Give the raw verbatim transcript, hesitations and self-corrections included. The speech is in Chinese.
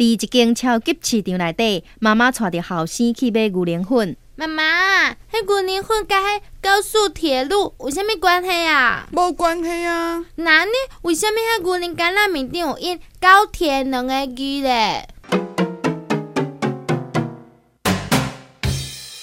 一间超级市场内底，妈妈带着后生去买牛奶粉。 妈妈，迄牛奶粉甲迄高速铁路有啥物关系啊？ 无关系啊。 那呢？为啥物迄牛奶橄榄面顶有印高铁两个字咧？